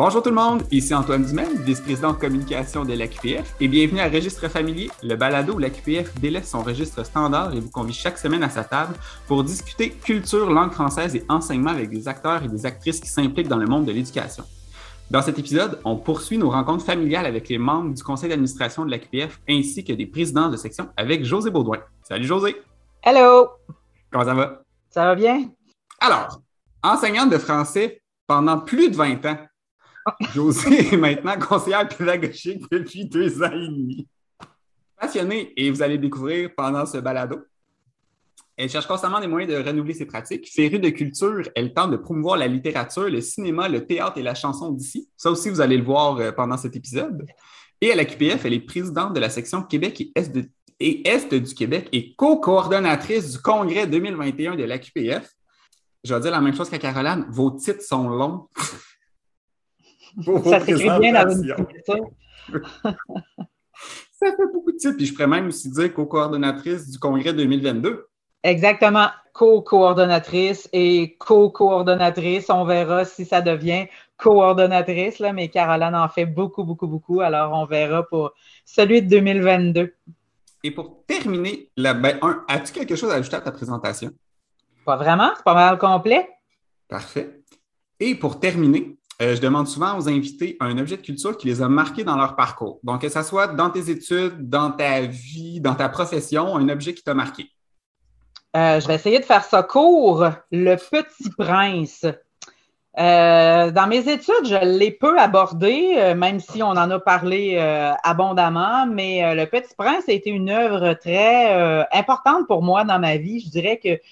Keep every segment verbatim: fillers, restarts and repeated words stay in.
Bonjour tout le monde, ici Antoine Dumais, vice-président de communication de l'A Q P F, et bienvenue à Registre familier, le balado où l'A Q P F délaisse son registre standard et vous convie chaque semaine à sa table pour discuter culture, langue française et enseignement avec des acteurs et des actrices qui s'impliquent dans le monde de l'éducation. Dans cet épisode, on poursuit nos rencontres familiales avec les membres du conseil d'administration de l'A Q P F ainsi que des présidents de section avec José Baudouin. Salut José! Hello! Comment ça va? Ça va bien? Alors, enseignante de français pendant plus de vingt ans, José est maintenant conseillère pédagogique depuis deux ans et demi. Passionnée, et vous allez découvrir pendant ce balado. Elle cherche constamment des moyens de renouveler ses pratiques. Férue de culture, elle tente de promouvoir la littérature, le cinéma, le théâtre et la chanson d'ici. Ça aussi, vous allez le voir pendant cet épisode. Et à l'A Q P F, elle est présidente de la section Québec et Est, de, et Est du Québec et co-coordonnatrice du congrès deux mille vingt et un de l'A Q P F. Je vais dire la même chose qu'à Caroline, vos titres sont longs. Ça s'écrit bien dans une signature. Ça fait beaucoup de titres. Puis je pourrais même aussi dire co-coordonnatrice du congrès deux mille vingt-deux. Exactement. Co-coordonnatrice et co-coordonnatrice. On verra si ça devient coordonnatrice, là, mais Caroline en fait beaucoup, beaucoup, beaucoup. Alors, on verra pour celui de deux mille vingt-deux. Et pour terminer, là, ben, un, as-tu quelque chose à ajouter à ta présentation? Pas vraiment. C'est pas mal complet. Parfait. Et pour terminer, Euh, je demande souvent aux invités un objet de culture qui les a marqués dans leur parcours. Donc, que ce soit dans tes études, dans ta vie, dans ta profession, un objet qui t'a marqué. Euh, je vais essayer de faire ça court. Le Petit Prince. Euh, dans mes études, je l'ai peu abordé, euh, même si on en a parlé euh, abondamment, mais euh, Le Petit Prince a été une œuvre très euh, importante pour moi dans ma vie. Je dirais que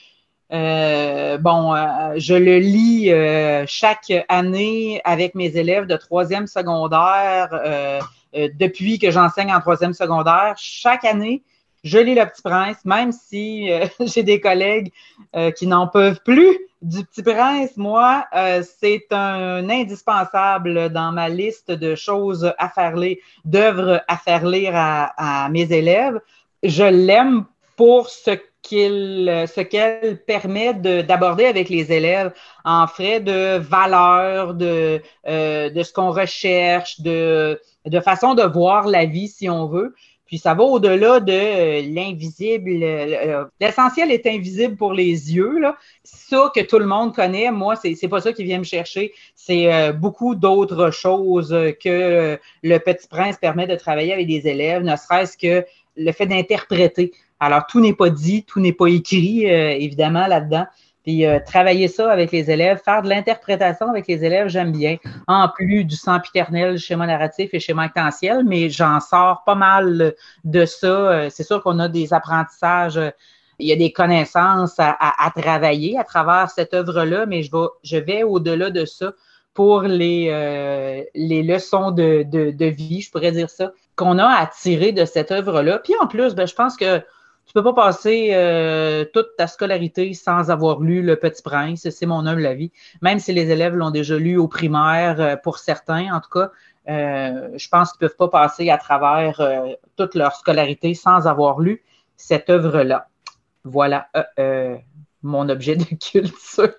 Euh, bon, euh, je le lis euh, chaque année avec mes élèves de troisième secondaire. Euh, euh, depuis que j'enseigne en troisième secondaire, chaque année, je lis Le Petit Prince, même si euh, j'ai des collègues euh, qui n'en peuvent plus du Petit Prince. Moi, euh, c'est un indispensable dans ma liste de choses à faire lire, d'œuvres à faire lire à, à mes élèves. Je l'aime pour ce qu'il, ce qu'elle permet de, d'aborder avec les élèves en frais de valeur, de, euh, de ce qu'on recherche, de, de façon de voir la vie, si on veut. Puis ça va au-delà de euh, l'invisible. Euh, l'essentiel est invisible pour les yeux, là. Ça que tout le monde connaît, moi, c'est, c'est pas ça qui vient me chercher. C'est euh, beaucoup d'autres choses que euh, Le Petit Prince permet de travailler avec des élèves, ne serait-ce que le fait d'interpréter. Alors, tout n'est pas dit, tout n'est pas écrit, euh, évidemment, là-dedans. Puis, euh, travailler ça avec les élèves, faire de l'interprétation avec les élèves, j'aime bien. En plus du sempiternel, schéma narratif et schéma actantiel, mais j'en sors pas mal de ça. C'est sûr qu'on a des apprentissages, il y a des connaissances à, à, à travailler à travers cette œuvre-là, mais je vais, je vais au-delà de ça pour les, euh, les leçons de, de, de vie, je pourrais dire ça, qu'on a à tirer de cette œuvre-là. Puis en plus, ben, je pense que tu peux pas passer euh, toute ta scolarité sans avoir lu Le Petit Prince, c'est mon humble avis. Même si les élèves l'ont déjà lu au primaire, euh, pour certains, en tout cas, euh, je pense qu'ils peuvent pas passer à travers euh, toute leur scolarité sans avoir lu cette œuvre-là. Voilà euh, euh, mon objet de culture.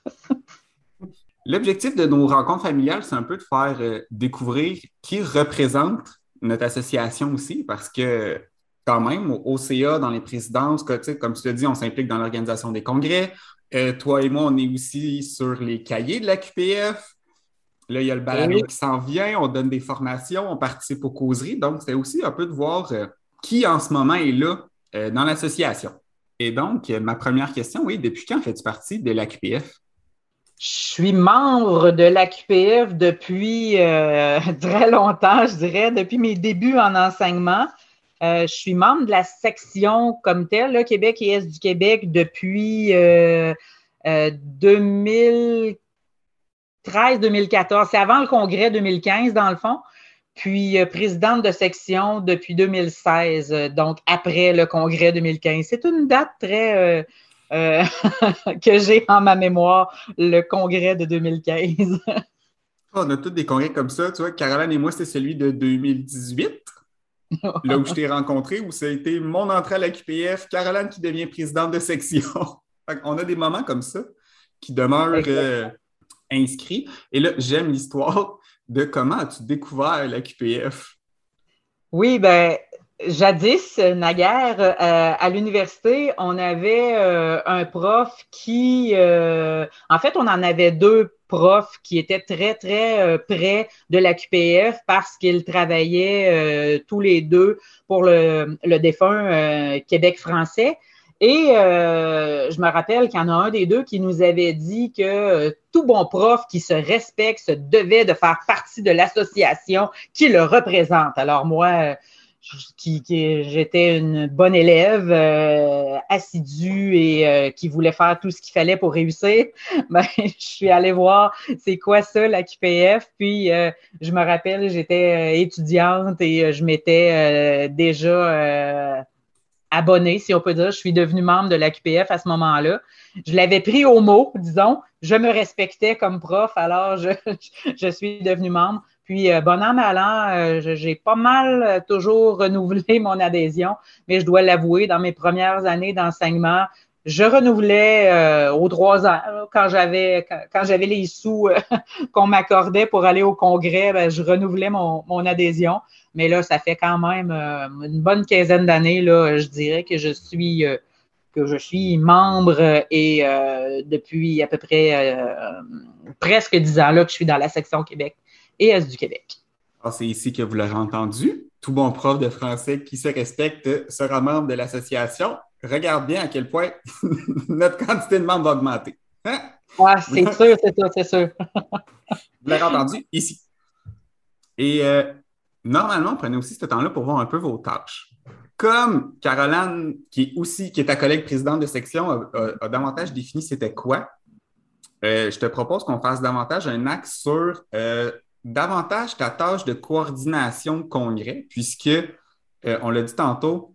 L'objectif de nos rencontres familiales, c'est un peu de faire euh, découvrir qui représente notre association aussi, parce que quand même, au O C A, dans les présidences, que, comme tu l'as dit, on s'implique dans l'organisation des congrès. Euh, toi et moi, on est aussi sur les cahiers de l'A Q P F. Là, il y a le balado oui. qui s'en vient, on donne des formations, on participe aux causeries. Donc, c'est aussi un peu de voir euh, qui en ce moment est là euh, dans l'association. Et donc, euh, ma première question, oui, depuis quand fais-tu partie de l'A Q P F? Je suis membre de l'A Q P F depuis euh, très longtemps, je dirais, depuis mes débuts en enseignement. Euh, je suis membre de la section comme telle, là, Québec et Est du Québec, depuis euh, euh, deux mille treize deux mille quatorze. C'est avant le congrès deux mille quinze, dans le fond. Puis euh, présidente de section depuis deux mille seize, euh, donc après le congrès deux mille quinze. C'est une date très euh, euh, que j'ai en ma mémoire, le congrès de deux mille quinze. On a tous des congrès comme ça. Tu vois, Caroline et moi, c'était celui de deux mille dix-huit. Là où je t'ai rencontré, où ça a été mon entrée à l'A Q P F, Caroline qui devient présidente de section. On a des moments comme ça qui demeurent euh, inscrits. Et là, j'aime l'histoire de comment as-tu découvert la Q P F? Oui, ben, jadis, naguère, euh, à l'université, on avait euh, un prof qui, euh, en fait, on en avait deux profs qui étaient très, très euh, près de la Q P F parce qu'ils travaillaient euh, tous les deux pour le, le défunt euh, Québec français. Et euh, je me rappelle qu'il y en a un des deux qui nous avait dit que euh, tout bon prof qui se respecte se devait de faire partie de l'association qui le représente. Alors moi, euh, qui, qui j'étais une bonne élève, euh, assidue et euh, qui voulait faire tout ce qu'il fallait pour réussir, ben, je suis allée voir c'est quoi ça, la Q P F. Puis euh, je me rappelle, j'étais euh, étudiante et euh, je m'étais euh, déjà euh, abonnée, si on peut dire. Je suis devenue membre de la Q P F à ce moment-là. Je l'avais pris au mot, disons. Je me respectais comme prof, alors je, je suis devenue membre. Puis, euh, bon an, mal an, euh, j'ai pas mal euh, toujours renouvelé mon adhésion, mais je dois l'avouer, dans mes premières années d'enseignement, je renouvelais euh, aux trois ans. Là, quand j'avais quand, quand j'avais les sous euh, qu'on m'accordait pour aller au congrès, ben, je renouvelais mon, mon adhésion. Mais là, ça fait quand même euh, une bonne quinzaine d'années, là, je dirais que je suis euh, que je suis membre et euh, depuis à peu près euh, presque dix ans là, que je suis dans la section Québec et Est du Québec. Ah, c'est ici que vous l'aurez entendu. Tout bon prof de français qui se respecte sera membre de l'association. Regarde bien à quel point notre quantité de membres va augmenter. Hein? Ouais, c'est sûr, c'est sûr, c'est sûr. Vous l'avez entendu ici. Et euh, normalement, prenez aussi ce temps-là pour voir un peu vos tâches. Comme Caroline, qui est aussi qui est ta collègue présidente de section, a, a, a davantage défini c'était quoi, euh, je te propose qu'on fasse davantage un axe sur euh, davantage ta tâche de coordination de congrès, puisque, euh, on l'a dit tantôt,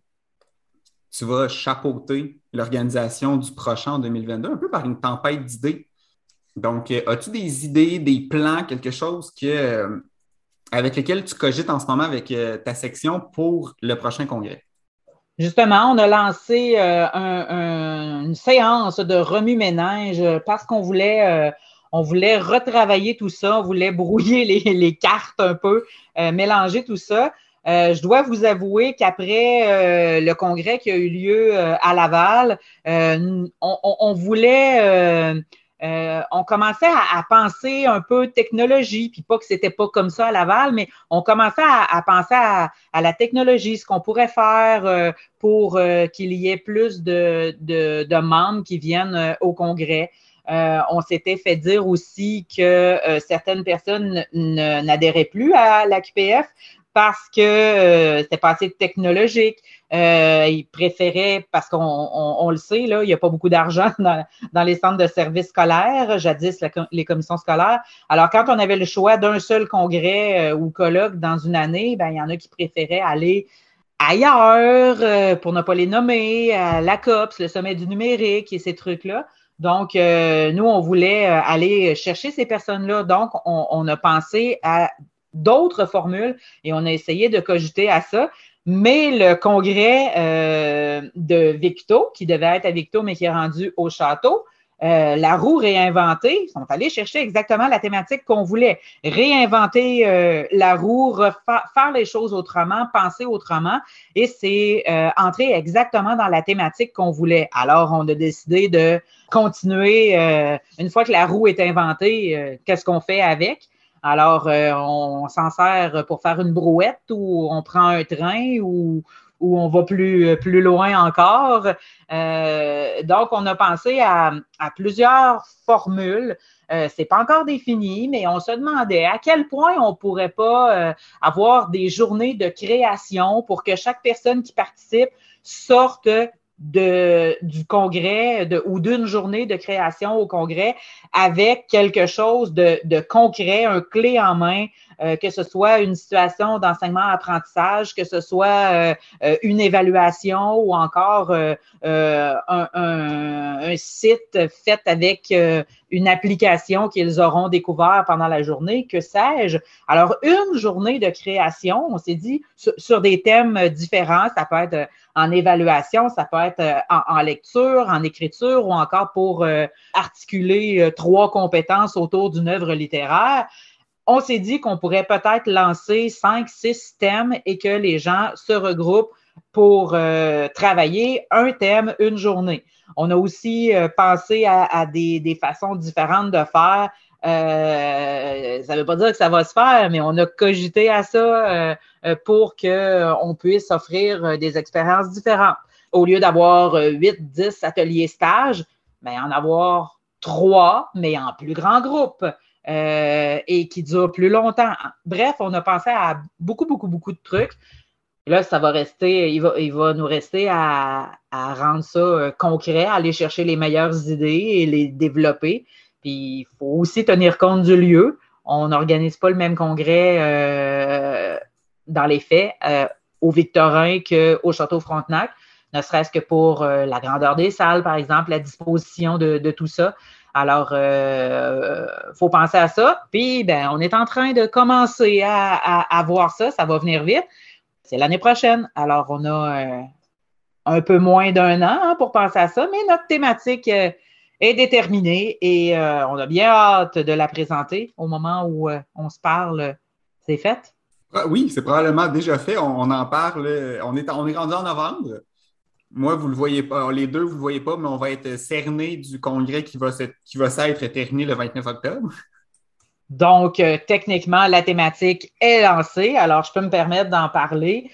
tu vas chapeauter l'organisation du prochain en deux mille vingt-deux, un peu par une tempête d'idées. Donc, euh, as-tu des idées, des plans, quelque chose que, euh, avec lesquels tu cogites en ce moment avec euh, ta section pour le prochain congrès? Justement, on a lancé euh, un, un, une séance de remue-ménage parce qu'on voulait, euh, on voulait retravailler tout ça, on voulait brouiller les, les cartes un peu, euh, mélanger tout ça. Euh, je dois vous avouer qu'après euh, le congrès qui a eu lieu euh, à Laval, euh, on, on, on voulait... Euh, Euh, on commençait à, à penser un peu technologie, puis pas que c'était pas comme ça à Laval, mais on commençait à, à penser à, à la technologie, ce qu'on pourrait faire euh, pour euh, qu'il y ait plus de, de, de membres qui viennent euh, au congrès. Euh, on s'était fait dire aussi que euh, certaines personnes n'adhéraient plus à la Q P F parce que euh, c'était pas assez technologique. Euh, ils préféraient, parce qu'on on, on le sait, là, il n'y a pas beaucoup d'argent dans, dans les centres de services scolaires, jadis la, les commissions scolaires. Alors, quand on avait le choix d'un seul congrès euh, ou colloque dans une année, ben, il y en a qui préféraient aller ailleurs, euh, pour ne pas les nommer, à la C O P S, le sommet du numérique et ces trucs-là. Donc, euh, nous, on voulait aller chercher ces personnes-là. Donc, on, on a pensé à d'autres formules et on a essayé de cogiter à ça. Mais le congrès euh, de Victo, qui devait être à Victo, mais qui est rendu au château, euh, la roue réinventée, ils sont allés chercher exactement la thématique qu'on voulait. Réinventer euh, la roue, refa- faire les choses autrement, penser autrement, et c'est euh, entrer exactement dans la thématique qu'on voulait. Alors, on a décidé de continuer, euh, une fois que la roue est inventée, euh, qu'est-ce qu'on fait avec? Alors, euh, on s'en sert pour faire une brouette ou on prend un train ou, ou on va plus, plus loin encore. Euh, donc, on a pensé à, à plusieurs formules. Euh, c'est pas encore défini, mais on se demandait à quel point on pourrait pas euh, avoir des journées de création pour que chaque personne qui participe sorte de, du congrès de, ou d'une journée de création au congrès avec quelque chose de, de concret, un clé en main, euh, que ce soit une situation d'enseignement-apprentissage, que ce soit euh, une évaluation ou encore euh, euh, un, un, un site fait avec euh, une application qu'ils auront découvert pendant la journée, que sais-je. Alors, une journée de création, on s'est dit, sur, sur des thèmes différents, ça peut être en évaluation, ça peut être en, en lecture, en écriture ou encore pour euh, articuler euh, trois compétences autour d'une œuvre littéraire. on s'est dit qu'on pourrait peut-être lancer cinq, six thèmes et que les gens se regroupent pour euh, travailler un thème, une journée. On a aussi euh, pensé à, à des, des façons différentes de faire. Euh, ça ne veut pas dire que ça va se faire, mais on a cogité à ça euh, pour qu'on puisse offrir des expériences différentes. Au lieu d'avoir huit, dix ateliers stages, ben, en avoir trois, mais en plus grand groupe euh, et qui durent plus longtemps. Bref, on a pensé à beaucoup, beaucoup, beaucoup de trucs. Là, ça va rester, il va, il va nous rester à, à rendre ça euh, concret, à aller chercher les meilleures idées et les développer. Puis, il faut aussi tenir compte du lieu. On n'organise pas le même congrès euh, dans les faits euh, au Victorin qu'au Château Frontenac, ne serait-ce que pour euh, la grandeur des salles, par exemple, la disposition de, de tout ça. Alors, il euh, faut penser à ça. Puis, ben, on est en train de commencer à, à, à voir ça. Ça va venir vite. C'est l'année prochaine. Alors, on a euh, un peu moins d'un an hein, pour penser à ça, mais notre thématique euh, est déterminée et euh, on a bien hâte de la présenter au moment où euh, on se parle. C'est fait? Ah, oui, c'est probablement déjà fait. On, on en parle. On est, on est rendu en novembre. Moi, vous ne le voyez pas. Les deux, vous ne le voyez pas, mais on va être cernés du congrès qui va, se, qui va s'être terminé le vingt-neuf octobre. Donc, euh, techniquement, la thématique est lancée. Alors, je peux me permettre d'en parler.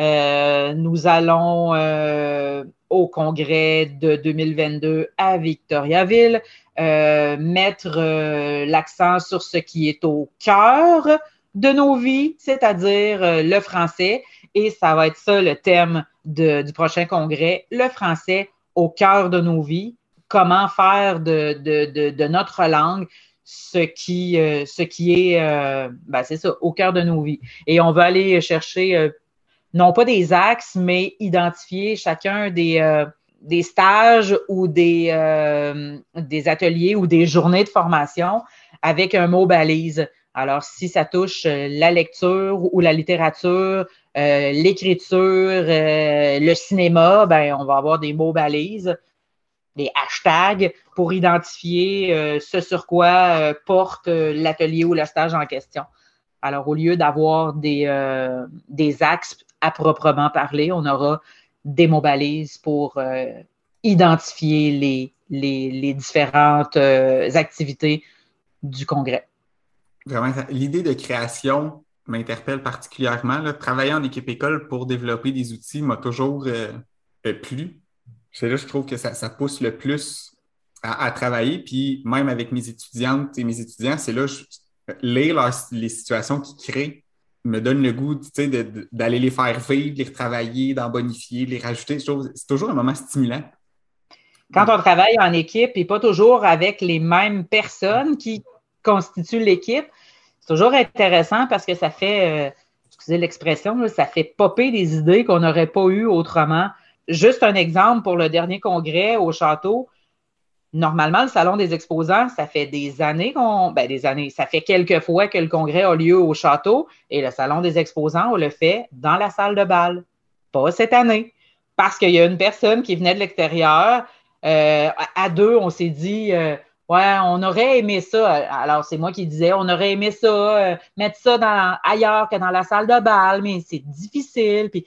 Euh, nous allons euh, au congrès de deux mille vingt-deux à Victoriaville euh, mettre euh, l'accent sur ce qui est au cœur de nos vies, c'est-à-dire euh, le français. Et ça va être ça le thème de, du prochain congrès, le français au cœur de nos vies. Comment faire de, de, de, de notre langue ce qui, euh, ce qui est, euh, ben c'est ça, au cœur de nos vies. Et on va aller chercher, euh, non pas des axes, mais identifier chacun des, euh, des stages ou des, euh, des ateliers ou des journées de formation avec un mot balise. Alors, si ça touche la lecture ou la littérature, euh, l'écriture, euh, le cinéma, ben on va avoir des mots balises, des hashtags pour identifier euh, ce sur quoi euh, porte euh, l'atelier ou le stage en question. Alors, au lieu d'avoir des, euh, des axes à proprement parler, on aura des mots balises pour euh, identifier les, les, les différentes euh, activités du congrès. Vraiment, l'idée de création m'interpelle particulièrement. Là. Travailler en équipe école pour développer des outils m'a toujours euh, plu. C'est là, je trouve que ça, ça pousse le plus à, à travailler. Puis même avec mes étudiantes et mes étudiants, c'est là, je, lire leur, les situations qu'ils créent me donne le goût tu sais, de, de, d'aller les faire vivre, de les retravailler, d'en bonifier, de les rajouter. Je trouve, c'est toujours un moment stimulant. Quand on travaille en équipe et pas toujours avec les mêmes personnes qui constituent l'équipe, c'est toujours intéressant parce que ça fait, euh, excusez l'expression, là, ça fait popper des idées qu'on n'aurait pas eues autrement. Juste un exemple pour le dernier congrès au château. Normalement, le salon des exposants, ça fait des années qu'on, ben des années, ça fait quelques fois que le congrès a lieu au château et le salon des exposants, on le fait dans la salle de bal. Pas cette année. Parce qu'il y a une personne qui venait de l'extérieur. Euh, à deux, on s'est dit, euh, ouais, on aurait aimé ça. Alors, c'est moi qui disais, on aurait aimé ça, euh, mettre ça dans, ailleurs que dans la salle de bal, mais c'est difficile. Puis,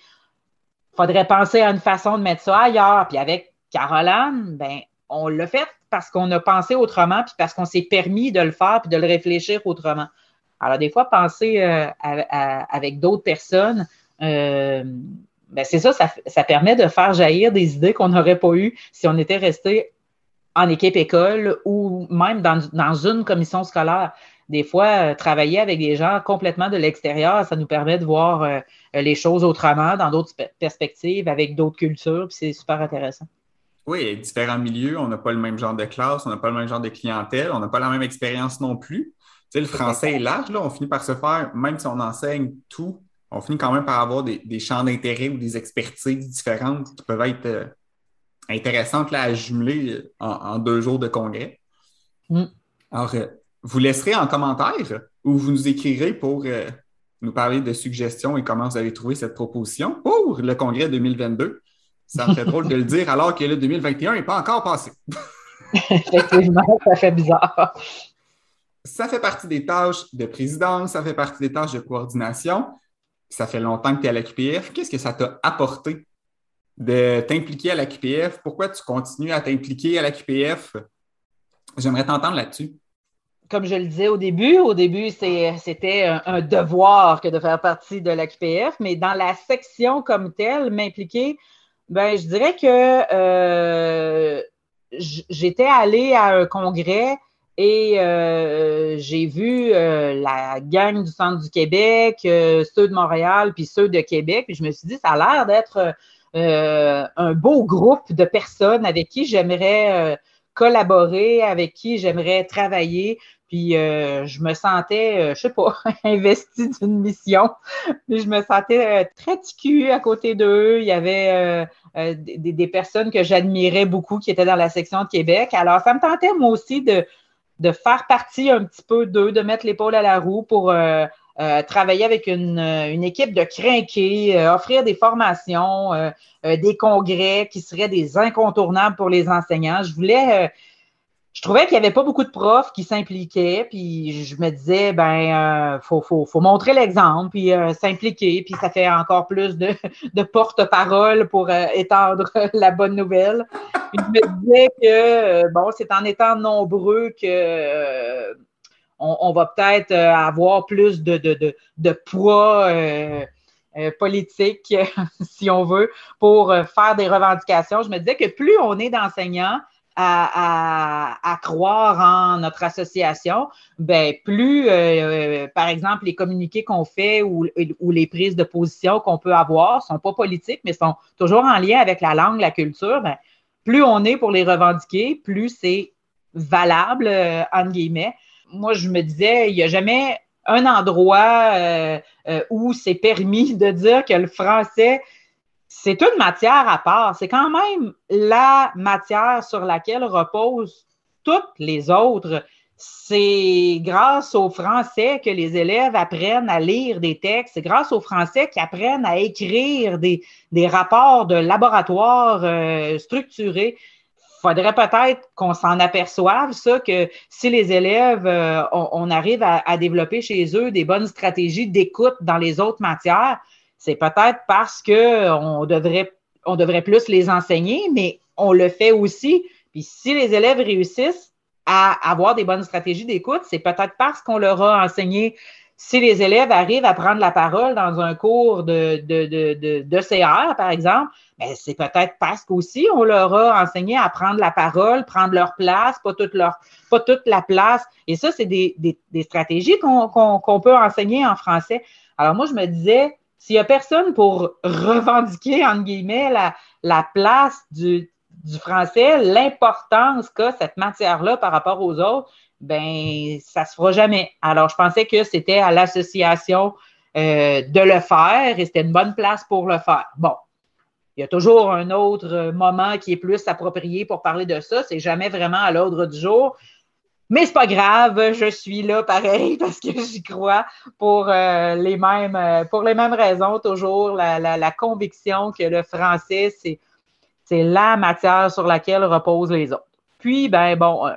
il faudrait penser à une façon de mettre ça ailleurs. Puis, avec Caroline, ben, on l'a fait parce qu'on a pensé autrement, puis parce qu'on s'est permis de le faire, puis de le réfléchir autrement. Alors, des fois, penser euh, à, à, avec d'autres personnes, euh, ben c'est ça, ça, ça permet de faire jaillir des idées qu'on n'aurait pas eues si on était resté en équipe école ou même dans, dans une commission scolaire. Des fois, euh, travailler avec des gens complètement de l'extérieur, ça nous permet de voir euh, les choses autrement, dans d'autres perspectives, avec d'autres cultures, puis c'est super intéressant. Oui, différents milieux, on n'a pas le même genre de classe, on n'a pas le même genre de clientèle, on n'a pas la même expérience non plus. Tu sais, le français est large, là, on finit par se faire, même si on enseigne tout, on finit quand même par avoir des, des champs d'intérêt ou des expertises différentes qui peuvent être euh, intéressantes là, à jumeler en, en deux jours de congrès. Mm. Alors, euh, vous laisserez en commentaire ou vous nous écrirez pour euh, nous parler de suggestions et comment vous avez trouvé cette proposition pour le congrès deux mille vingt-deux. Ça me fait drôle de le dire alors que le deux mille vingt et un n'est pas encore passé. Effectivement, ça fait bizarre. ça fait partie des tâches de présidence, ça fait partie des tâches de coordination. Ça fait longtemps que tu es à la Q P F. Qu'est-ce que ça t'a apporté de t'impliquer à la Q P F? Pourquoi tu continues à t'impliquer à la Q P F? J'aimerais t'entendre là-dessus. Comme je le disais au début, au début, c'est, c'était un, un devoir que de faire partie de la Q P F, mais dans la section comme telle, m'impliquer, ben, je dirais que euh, j'étais allée à un congrès et euh, j'ai vu euh, la gang du centre du Québec, euh, ceux de Montréal, puis ceux de Québec, puis je me suis dit, ça a l'air d'être euh, un beau groupe de personnes avec qui j'aimerais euh, collaborer, avec qui j'aimerais travailler. Puis euh, je me sentais, euh, je sais pas, investie d'une mission. Puis je me sentais euh, très ticu à côté d'eux. Il y avait euh, euh, des, des personnes que j'admirais beaucoup qui étaient dans la section de Québec. Alors, ça me tentait, moi aussi, de, de faire partie un petit peu d'eux, de mettre l'épaule à la roue pour euh, euh, travailler avec une, une équipe de crinqués, euh, offrir des formations, euh, euh, des congrès qui seraient des incontournables pour les enseignants. Je voulais... Euh, Je trouvais qu'il n'y avait pas beaucoup de profs qui s'impliquaient, puis je me disais, ben, euh, faut, faut, faut montrer l'exemple, puis euh, s'impliquer, puis ça fait encore plus de, de porte-parole pour euh, étendre la bonne nouvelle. Puis je me disais que, euh, bon, c'est en étant nombreux que euh, on, on va peut-être euh, avoir plus de, de, de, de poids euh, euh, politique, si on veut, pour euh, faire des revendications. Je me disais que plus on est d'enseignants, À, à, à croire en notre association, ben plus, euh, par exemple, les communiqués qu'on fait ou, ou les prises de position qu'on peut avoir sont pas politiques, mais sont toujours en lien avec la langue, la culture, ben, plus on est pour les revendiquer, plus c'est valable, euh, entre guillemets. Moi, je me disais, il n'y a jamais un endroit euh, euh, où c'est permis de dire que le français c'est une matière à part. C'est quand même la matière sur laquelle reposent toutes les autres. C'est grâce au français que les élèves apprennent à lire des textes. C'est grâce au français qu'ils apprennent à écrire des, des rapports de laboratoire euh, structurés. Il faudrait peut-être qu'on s'en aperçoive, ça, que si les élèves, euh, on, on arrive à, à développer chez eux des bonnes stratégies d'écoute dans les autres matières, c'est peut-être parce qu'on devrait, on devrait plus les enseigner, mais on le fait aussi. Puis si les élèves réussissent à avoir des bonnes stratégies d'écoute, c'est peut-être parce qu'on leur a enseigné. Si les élèves arrivent à prendre la parole dans un cours de, de, de, de, d'E C R, par exemple, ben c'est peut-être parce qu'aussi on leur a enseigné à prendre la parole, prendre leur place, pas toute, leur, pas toute la place. Et ça, c'est des, des, des stratégies qu'on, qu'on, qu'on peut enseigner en français. Alors moi, je me disais, s'il n'y a personne pour revendiquer, entre guillemets, la, la place du, du français, l'importance qu'a cette matière-là par rapport aux autres, ben ça se fera jamais. Alors, je pensais que c'était à l'association euh, de le faire et c'était une bonne place pour le faire. Bon, il y a toujours un autre moment qui est plus approprié pour parler de ça. C'est jamais vraiment à l'ordre du jour. Mais c'est pas grave, je suis là pareil parce que j'y crois pour euh, les mêmes euh, pour les mêmes raisons, toujours la, la, la conviction que le français, c'est, c'est la matière sur laquelle reposent les autres. Puis, ben bon, euh,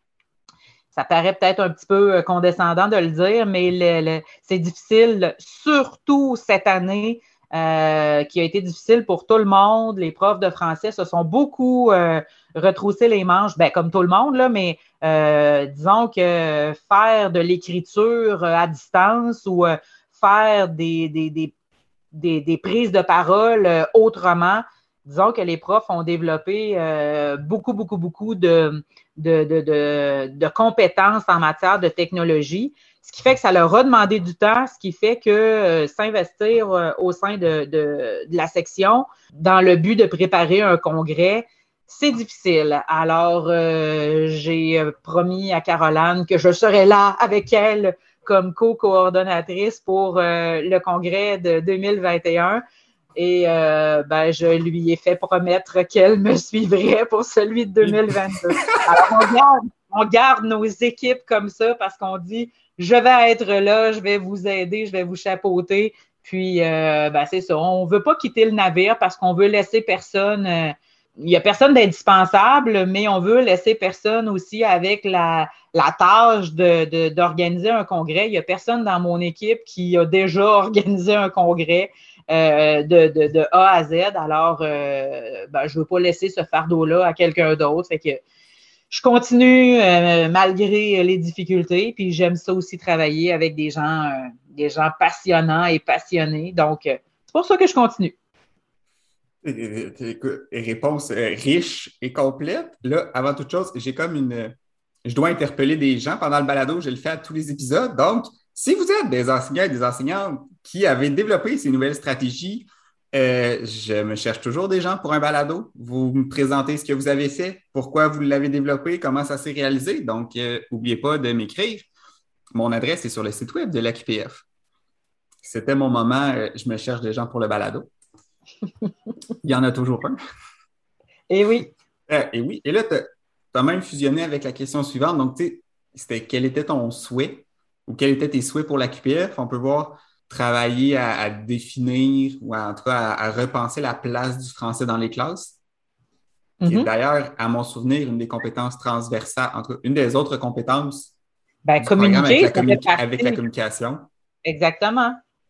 ça paraît peut-être un petit peu condescendant de le dire, mais le, le, c'est difficile, surtout cette année, Euh, qui a été difficile pour tout le monde. Les profs de français se sont beaucoup euh, retroussés les manches, ben, comme tout le monde, là, mais euh, disons que faire de l'écriture à distance ou euh, faire des, des, des, des, des prises de parole euh, autrement, disons que les profs ont développé euh, beaucoup, beaucoup, beaucoup de, de, de, de, de compétences en matière de technologie. Ce qui fait que ça leur a demandé du temps, ce qui fait que euh, s'investir euh, au sein de, de, de la section dans le but de préparer un congrès, c'est difficile. Alors, euh, j'ai promis à Caroline que je serais là avec elle comme co-coordonnatrice pour euh, le congrès de deux mille vingt et un. Et euh, ben, je lui ai fait promettre qu'elle me suivrait pour celui de deux mille vingt-deux. Alors, on garde, on garde nos équipes comme ça parce qu'on dit je vais être là, je vais vous aider, je vais vous chapeauter. Puis, euh, ben, c'est ça. On ne veut pas quitter le navire parce qu'on veut laisser personne, euh, il n'y a personne d'indispensable, mais on veut laisser personne aussi avec la, la tâche de, de, d'organiser un congrès. Il n'y a personne dans mon équipe qui a déjà organisé un congrès euh, de, de, de A à Z. Alors, euh, ben, je ne veux pas laisser ce fardeau-là à quelqu'un d'autre. Fait que je continue euh, malgré les difficultés. Puis j'aime ça aussi travailler avec des gens, euh, des gens passionnants et passionnés. Donc, euh, c'est pour ça que je continue. Réponse riche et complète. Là, avant toute chose, j'ai comme une. Je dois interpeller des gens pendant le balado, je le fais à tous les épisodes. Donc, si vous êtes des enseignants et des enseignantes qui avaient développé ces nouvelles stratégies, euh, je me cherche toujours des gens pour un balado. Vous me présentez ce que vous avez fait, pourquoi vous l'avez développé, comment ça s'est réalisé. Donc, n'oubliez euh, pas de m'écrire. Mon adresse est sur le site web de l'A Q P F. C'était mon moment, euh, je me cherche des gens pour le balado. Il y en a toujours un. Et oui. Euh, et oui. Et là, tu as même fusionné avec la question suivante. Donc, tu sais, c'était quel était ton souhait ou quels étaient tes souhaits pour l'A Q P F? On peut voir travailler à, à définir ou à, en tout cas à, à repenser la place du français dans les classes. Mm-hmm. Qui est d'ailleurs, à mon souvenir, une des compétences transversales, en tout cas, une des autres compétences ben, du communiquer, programme avec la, communi- avec la communication. Exactement.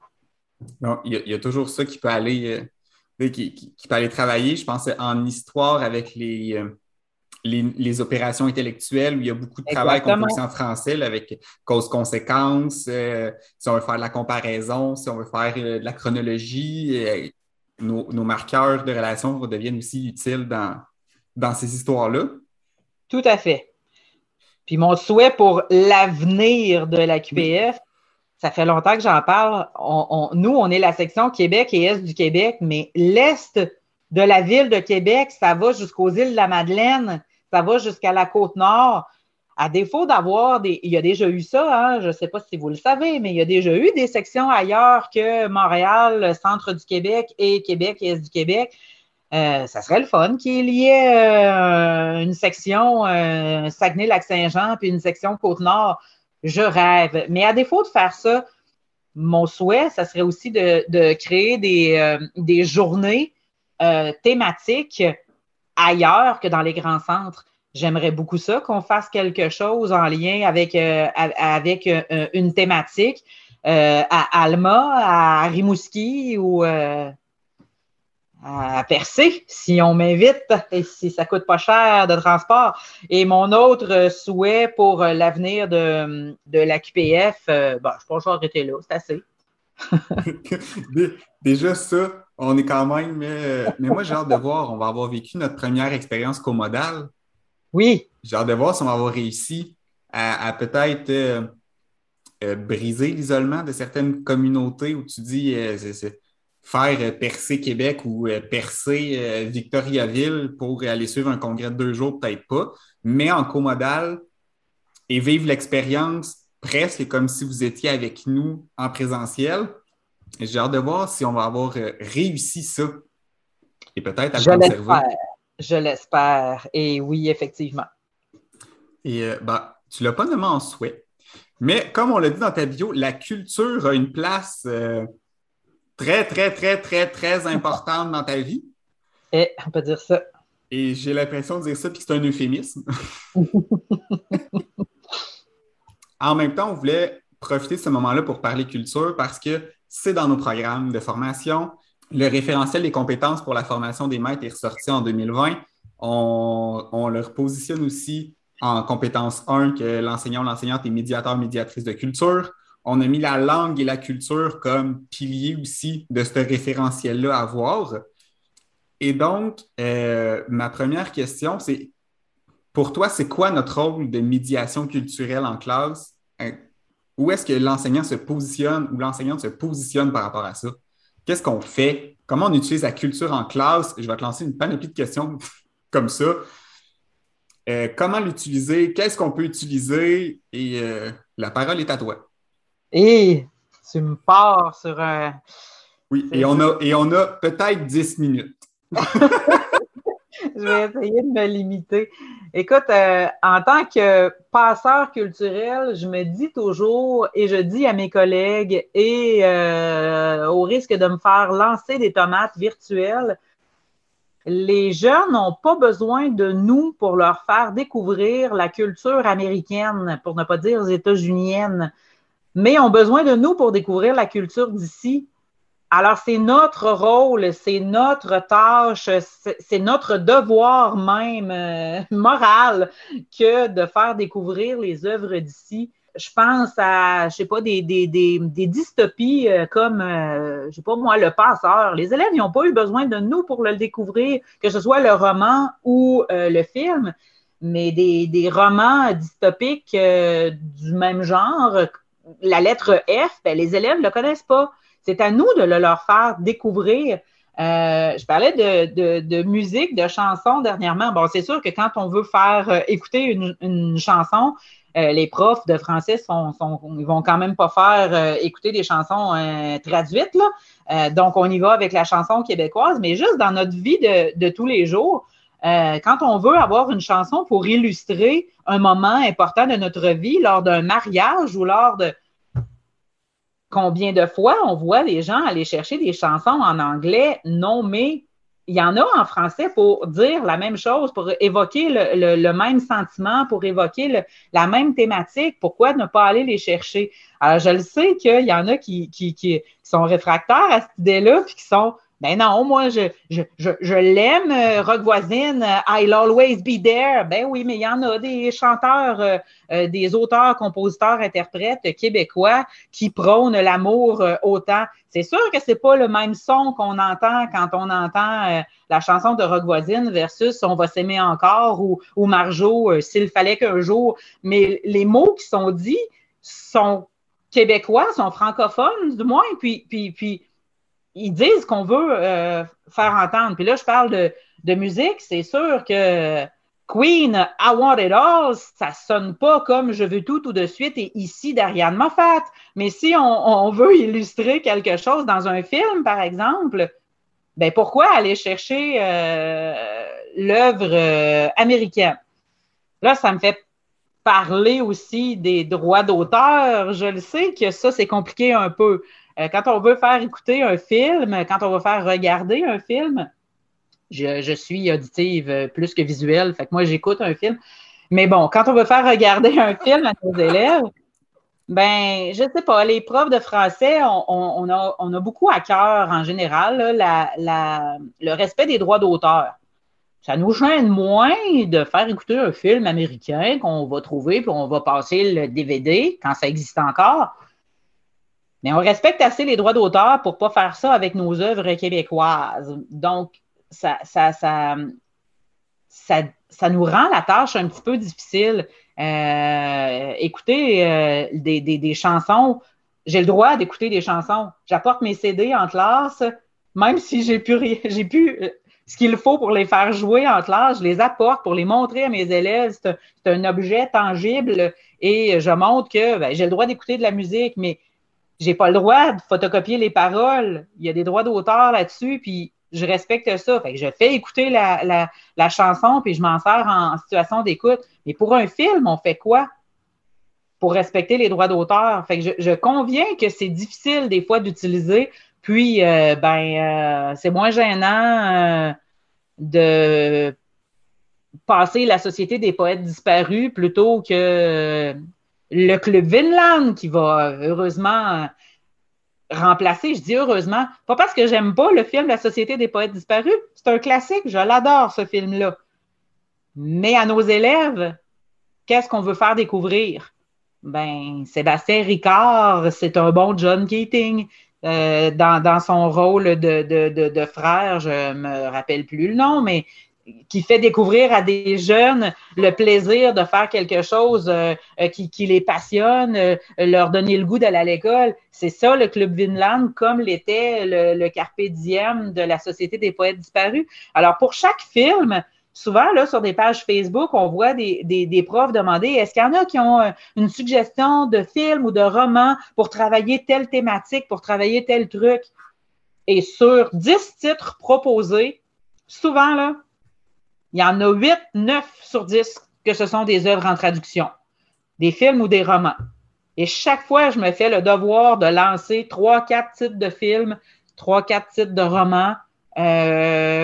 Donc, il y, a, il y a toujours ça qui peut aller... Euh, Qui, qui, qui peut aller travailler, je pense, en histoire avec les, euh, les, les opérations intellectuelles où il y a beaucoup de travail qu'on peut aussi en français là, avec cause-conséquence, euh, si on veut faire de la comparaison, si on veut faire euh, de la chronologie, euh, nos, nos marqueurs de relations deviennent aussi utiles dans, dans ces histoires-là. Tout à fait. Puis mon souhait pour l'avenir de l'A Q P F, oui. Ça fait longtemps que j'en parle. On, on, nous, on est la section Québec et Est du Québec, mais l'Est de la ville de Québec, ça va jusqu'aux îles de la Madeleine, ça va jusqu'à la Côte-Nord. À défaut d'avoir des... Il y a déjà eu ça, hein, je ne sais pas si vous le savez, mais il y a déjà eu des sections ailleurs que Montréal, le centre du Québec et Québec et Est du Québec. Euh, ça serait le fun qu'il y ait euh, une section euh, Saguenay-Lac-Saint-Jean puis une section Côte-Nord. Je rêve. Mais à défaut de faire ça, mon souhait, ça serait aussi de, de créer des, euh, des journées euh, thématiques ailleurs que dans les grands centres. J'aimerais beaucoup ça, qu'on fasse quelque chose en lien avec, euh, avec euh, une thématique euh, à Alma, à Rimouski ou euh, à Percé, si on m'invite et si ça coûte pas cher de transport. Et mon autre souhait pour l'avenir de, de l'A Q P F, euh, bon, je pense que je vais arrêter là, c'est assez. Déjà ça, on est quand même... Euh, mais moi, j'ai hâte de voir, on va avoir vécu notre première expérience comodale. Oui. J'ai hâte de voir si on va avoir réussi à, à peut-être euh, euh, briser l'isolement de certaines communautés où tu dis... Euh, c'est, c'est, faire euh, Percé Québec ou euh, Percé euh, Victoriaville pour aller suivre un congrès de deux jours, peut-être pas, mais en comodal et vivre l'expérience presque comme si vous étiez avec nous en présentiel. J'ai hâte de voir si on va avoir euh, réussi ça et peut-être à le Je conserver. L'espère. Je l'espère. Et oui, effectivement. Et euh, ben, tu ne l'as pas nommé en souhait, mais comme on l'a dit dans ta bio, la culture a une place... Euh, très, très, très, très, très importante dans ta vie. Et on peut dire ça. Et j'ai l'impression de dire ça puis que c'est un euphémisme. En même temps, on voulait profiter de ce moment-là pour parler culture parce que c'est dans nos programmes de formation. Le référentiel des compétences pour la formation des maîtres est ressorti en deux mille vingt. On, on le repositionne aussi en compétence un que l'enseignant ou l'enseignante est médiateur, médiatrice de culture. On a mis la langue et la culture comme piliers aussi de ce référentiel-là à voir. Et donc, euh, ma première question, c'est pour toi, c'est quoi notre rôle de médiation culturelle en classe? Où est-ce que l'enseignant se positionne ou l'enseignante se positionne par rapport à ça? Qu'est-ce qu'on fait? Comment on utilise la culture en classe? Je vais te lancer une panoplie de questions comme ça. Euh, comment l'utiliser? Qu'est-ce qu'on peut utiliser? Et euh, la parole est à toi. Et tu me pars sur un... Oui, et on, a, et on a peut-être dix minutes. Je vais essayer de me limiter. Écoute, euh, en tant que passeur culturel, je me dis toujours et je dis à mes collègues et euh, au risque de me faire lancer des tomates virtuelles, les jeunes n'ont pas besoin de nous pour leur faire découvrir la culture américaine, pour ne pas dire états-unienne, mais ont besoin de nous pour découvrir la culture d'ici. Alors, c'est notre rôle, c'est notre tâche, c'est, c'est notre devoir même euh, moral que de faire découvrir les œuvres d'ici. Je pense à, je sais pas, des, des, des, des dystopies euh, comme, euh, je sais pas moi, Le Passeur. Les élèves, ils n'ont pas eu besoin de nous pour le découvrir, que ce soit le roman ou euh, le film, mais des, des romans dystopiques euh, du même genre, la lettre F, ben, les élèves ne le connaissent pas. C'est à nous de le leur faire découvrir. Euh, je parlais de, de, de musique, de chansons dernièrement. Bon, c'est sûr que quand on veut faire euh, écouter une, une chanson, euh, les profs de français sont, sont, ils vont quand même pas faire euh, écouter des chansons euh, traduites, là. Euh, donc, on y va avec la chanson québécoise, mais juste dans notre vie de, de tous les jours, euh, quand on veut avoir une chanson pour illustrer un moment important de notre vie, lors d'un mariage ou lors de combien de fois on voit les gens aller chercher des chansons en anglais nommées, il y en a en français pour dire la même chose, pour évoquer le, le, le même sentiment, pour évoquer le, la même thématique. Pourquoi ne pas aller les chercher? Alors, je le sais qu'il y en a qui, qui, qui sont réfractaires à cette idée-là, puis qui sont ben non, moi, je, je, je, je l'aime, euh, Rock Voisine, euh, I'll always be there. Ben oui, mais il y en a des chanteurs, euh, euh, des auteurs, compositeurs, interprètes québécois qui prônent l'amour euh, autant. C'est sûr que c'est pas le même son qu'on entend quand on entend euh, la chanson de Rock Voisine versus On va s'aimer encore ou, ou Marjo, euh, S'il fallait qu'un jour. Mais les mots qui sont dits sont québécois, sont francophones du moins, puis, puis, puis ils disent qu'on veut euh, faire entendre. Puis là, je parle de, de musique. C'est sûr que Queen, I Want It All, ça sonne pas comme Je veux tout tout de suite et ici d'Ariane Moffat. Mais si on, on veut illustrer quelque chose dans un film, par exemple, ben pourquoi aller chercher euh, l'œuvre euh, américaine? Là, ça me fait parler aussi des droits d'auteur. Je le sais que ça, c'est compliqué un peu. Quand on veut faire écouter un film, quand on veut faire regarder un film, je, je suis auditive plus que visuelle, fait que moi, j'écoute un film. Mais bon, quand on veut faire regarder un film à nos élèves, ben, je sais pas, les profs de français, on, on, on, a, on a beaucoup à cœur en général là, la, la, le respect des droits d'auteur. Ça nous gêne moins de faire écouter un film américain qu'on va trouver, puis on va passer le D V D quand ça existe encore. Mais on respecte assez les droits d'auteur pour ne pas faire ça avec nos œuvres québécoises. Donc, ça, ça, ça, ça, ça nous rend la tâche un petit peu difficile. Euh, écouter euh, des, des, des chansons, j'ai le droit d'écouter des chansons. J'apporte mes C D en classe, même si j'ai plus, j'ai plus ce qu'il faut pour les faire jouer en classe, je les apporte pour les montrer à mes élèves. C'est un, c'est un objet tangible et je montre que ben, j'ai le droit d'écouter de la musique, mais j'ai pas le droit de photocopier les paroles. Il y a des droits d'auteur là-dessus, puis je respecte ça. Fait que je fais écouter la, la, la chanson, puis je m'en sers en, en situation d'écoute. Mais pour un film, on fait quoi pour respecter les droits d'auteur? Fait que je, je conviens que c'est difficile des fois d'utiliser, puis euh, ben euh, c'est moins gênant euh, de passer la Société des poètes disparus plutôt que euh, le Club Vinland qui va heureusement remplacer, je dis heureusement, pas parce que j'aime pas le film La Société des poètes disparus, c'est un classique, je l'adore ce film-là. Mais à nos élèves, qu'est-ce qu'on veut faire découvrir? Ben, Sébastien Ricard, c'est un bon John Keating. Euh, dans, dans son rôle de, de, de, de frère, je me rappelle plus le nom, mais qui fait découvrir à des jeunes le plaisir de faire quelque chose euh, qui, qui les passionne, euh, leur donner le goût d'aller à l'école. C'est ça, le Club Vinland, comme l'était le, le Carpe Diem de la Société des poètes disparus. Alors, pour chaque film, souvent, là, sur des pages Facebook, on voit des, des, des profs demander est-ce qu'il y en a qui ont une suggestion de film ou de roman pour travailler telle thématique, pour travailler tel truc? Et sur dix titres proposés, souvent, là, il y en a huit, neuf sur dix que ce sont des œuvres en traduction, des films ou des romans. Et chaque fois, je me fais le devoir de lancer trois, quatre titres de films, trois, quatre titres de romans, euh,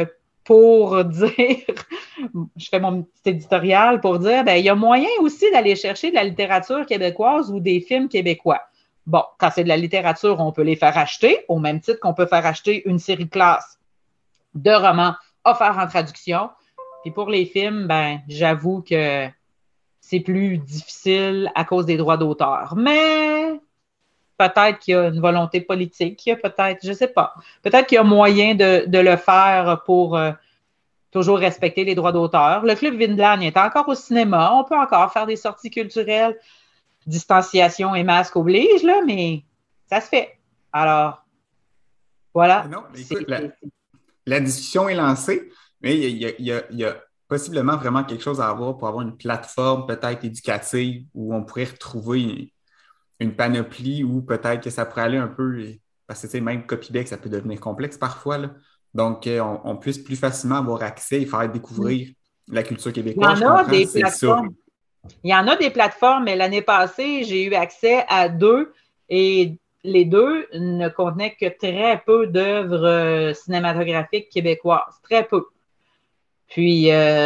pour dire, je fais mon petit éditorial pour dire, ben il y a moyen aussi d'aller chercher de la littérature québécoise ou des films québécois. Bon, quand c'est de la littérature, on peut les faire acheter, au même titre qu'on peut faire acheter une série de classes de romans offerts en traduction. Puis pour les films, ben j'avoue que c'est plus difficile à cause des droits d'auteur. Mais peut-être qu'il y a une volonté politique, peut-être, je ne sais pas. Peut-être qu'il y a moyen de, de le faire pour euh, toujours respecter les droits d'auteur. Le Club Vindeland est encore au cinéma. On peut encore faire des sorties culturelles. Distanciation et masque oblige, là, mais ça se fait. Alors, voilà. Non, écoute, la, la discussion est lancée, mais il y a, il y a, il y a possiblement vraiment quelque chose à avoir pour avoir une plateforme peut-être éducative où on pourrait retrouver une panoplie ou peut-être que ça pourrait aller un peu, parce que tu sais, même Copybec, ça peut devenir complexe parfois, là. Donc, on, on puisse plus facilement avoir accès et faire découvrir mmh. la culture québécoise. Il y en a des plateformes. Ça. Il y en a des plateformes, mais l'année passée, j'ai eu accès à deux et les deux ne contenaient que très peu d'œuvres cinématographiques québécoises. Très peu. Puis,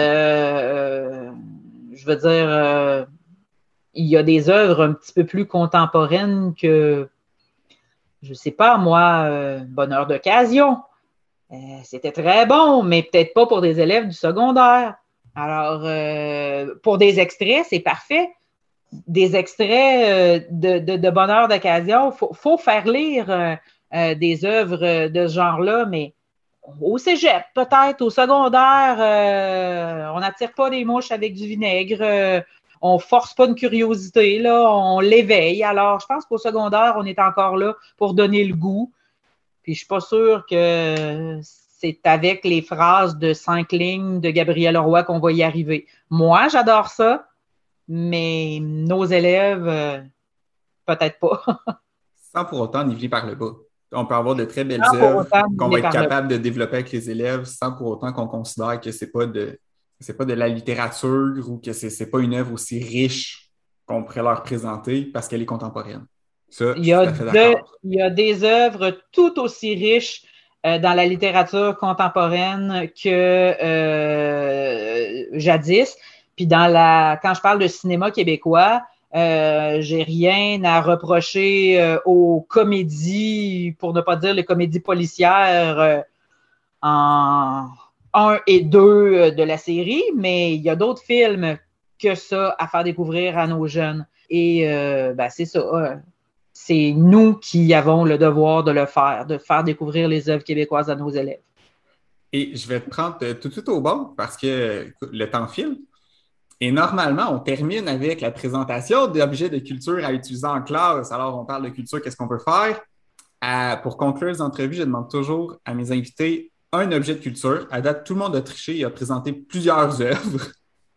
euh, je veux dire, euh, il y a des œuvres un petit peu plus contemporaines que, je ne sais pas, moi, euh, Bonheur d'occasion. Euh, c'était très bon, mais peut-être pas pour des élèves du secondaire. Alors, euh, pour des extraits, c'est parfait. Des extraits euh, de, de, de bonheur d'occasion, il faut, faut faire lire euh, euh, des œuvres de ce genre-là, mais au cégep, peut-être, au secondaire, euh, on n'attire pas des mouches avec du vinaigre, euh, on force pas une curiosité, là, on l'éveille. Alors, je pense qu'au secondaire, on est encore là pour donner le goût. Puis, je suis pas sûre que c'est avec les phrases de cinq lignes de Gabriel Roy qu'on va y arriver. Moi, j'adore ça, mais nos élèves, euh, peut-être pas. Sans pour autant niveler par le bas. On peut avoir de très belles œuvres qu'on va être capable de développer avec les élèves sans pour autant qu'on considère que c'est pas de c'est pas de la littérature ou que c'est, c'est pas une œuvre aussi riche qu'on pourrait leur présenter parce qu'elle est contemporaine. Ça, il y a je suis tout à fait d'accord. Il y a des œuvres tout aussi riches euh, dans la littérature contemporaine que euh, jadis. Puis dans la, quand je parle de cinéma québécois, euh, j'ai rien à reprocher euh, aux comédies, pour ne pas dire les comédies policières euh, en un et deux de la série, mais il y a d'autres films que ça à faire découvrir à nos jeunes. Et euh, ben, c'est ça. Euh, c'est nous qui avons le devoir de le faire, de faire découvrir les œuvres québécoises à nos élèves. Et je vais te prendre tout de suite au bon parce que le temps file. Et normalement, on termine avec la présentation d'objets de culture à utiliser en classe. Alors, on parle de culture, qu'est-ce qu'on peut faire? À, pour conclure les entrevues, je demande toujours à mes invités un objet de culture. À date, tout le monde a triché et a présenté plusieurs œuvres.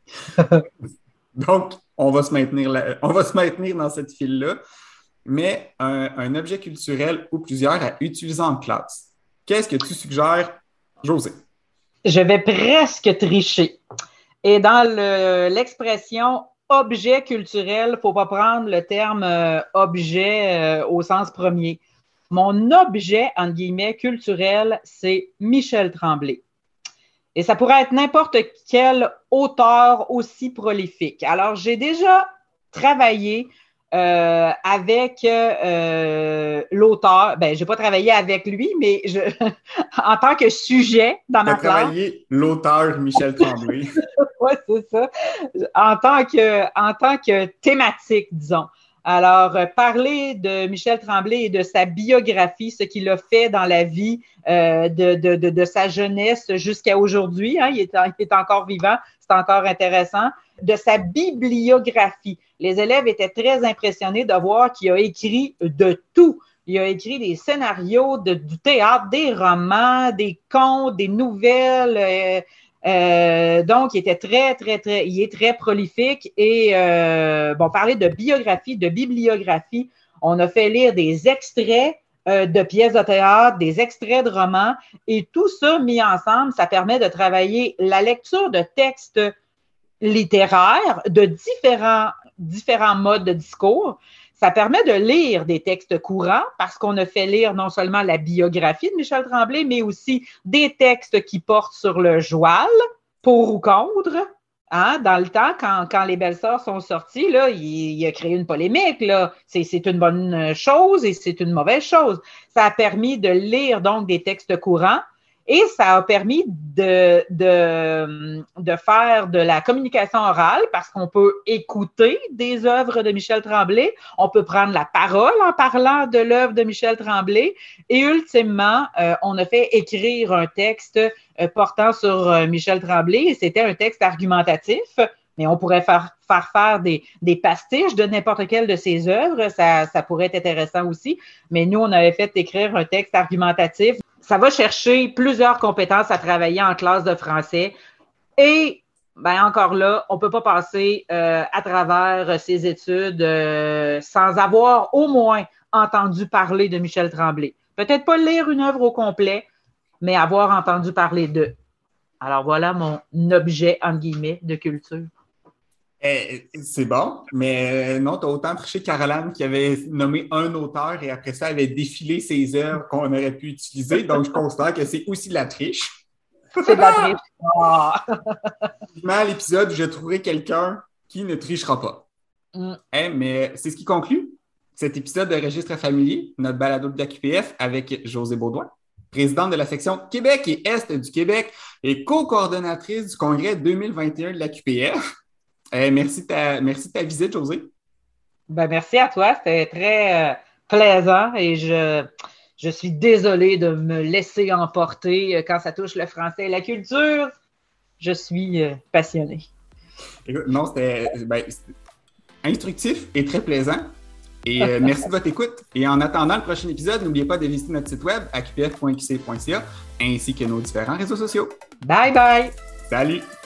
Donc, on va se maintenir là, on va se maintenir dans cette file-là. Mais un, un objet culturel ou plusieurs à utiliser en classe. Qu'est-ce que tu suggères, Josée? Je vais presque tricher. Et dans le, l'expression objet culturel, il ne faut pas prendre le terme euh, objet euh, au sens premier. Mon objet, entre guillemets, culturel, c'est Michel Tremblay. Et ça pourrait être n'importe quel auteur aussi prolifique. Alors, j'ai déjà travaillé Euh, avec euh, l'auteur, ben j'ai pas travaillé avec lui, mais je, en tant que sujet dans ma classe. Tu as travaillé l'auteur Michel Tremblay. Oui, c'est ça. En tant que, en tant que thématique, disons. Alors, euh, parler de Michel Tremblay et de sa biographie, ce qu'il a fait dans la vie euh, de, de, de, de sa jeunesse jusqu'à aujourd'hui, hein, il est, il est encore vivant, c'est encore intéressant, de sa bibliographie. Les élèves étaient très impressionnés de voir qu'il a écrit de tout. Il a écrit des scénarios, de, du théâtre, des romans, des contes, des nouvelles. Euh, euh, donc, il était très, très, très, il est très prolifique. Et euh, bon, parler de biographie, de bibliographie, on a fait lire des extraits euh, de pièces de théâtre, des extraits de romans, et tout ça mis ensemble, ça permet de travailler la lecture de textes littéraires de différents, différents modes de discours. Ça permet de lire des textes courants parce qu'on a fait lire non seulement la biographie de Michel Tremblay, mais aussi des textes qui portent sur le joual, pour ou contre. Hein? Dans le temps, quand, quand les Belles-Sœurs sont sorties, là, il, il a créé une polémique. Là. C'est, c'est une bonne chose et c'est une mauvaise chose. Ça a permis de lire donc des textes courants. Et ça a permis de, de, de faire de la communication orale parce qu'on peut écouter des œuvres de Michel Tremblay, on peut prendre la parole en parlant de l'œuvre de Michel Tremblay et ultimement, euh, on a fait écrire un texte euh, portant sur euh, Michel Tremblay et c'était un texte argumentatif, mais on pourrait faire faire, faire des, des pastiches de n'importe quelle de ses œuvres, ça, ça pourrait être intéressant aussi, mais nous, on avait fait écrire un texte argumentatif. Ça va chercher plusieurs compétences à travailler en classe de français. Et, ben encore là, on ne peut pas passer euh, à travers ces études euh, sans avoir au moins entendu parler de Michel Tremblay. Peut-être pas lire une œuvre au complet, mais avoir entendu parler d'eux. Alors voilà mon objet, entre guillemets, de culture. Eh, c'est bon, mais non, tu as autant triché Caroline qui avait nommé un auteur et après ça avait défilé ses œuvres qu'on aurait pu utiliser. Donc, je considère que c'est aussi de la triche. C'est de la triche. Oh. À l'épisode, je trouverai quelqu'un qui ne trichera pas. Mm. Eh, mais c'est ce qui conclut cet épisode de Registre familier, notre balado de l'A Q P F avec Josée Beaudoin, présidente de la section Québec et Est du Québec et co-coordonnatrice du congrès deux mille vingt et un de l'A Q P F. Eh, merci, ta, merci de ta visite, Josée. Ben, merci à toi. C'était très euh, plaisant et je, je suis désolée de me laisser emporter quand ça touche le français et la culture. Je suis euh, passionnée. Écoute, non, c'était, ben, c'était instructif et très plaisant. Et euh, merci de votre écoute. Et en attendant le prochain épisode, n'oubliez pas de visiter notre site web a q p f point q c point c a ainsi que nos différents réseaux sociaux. Bye bye! Salut!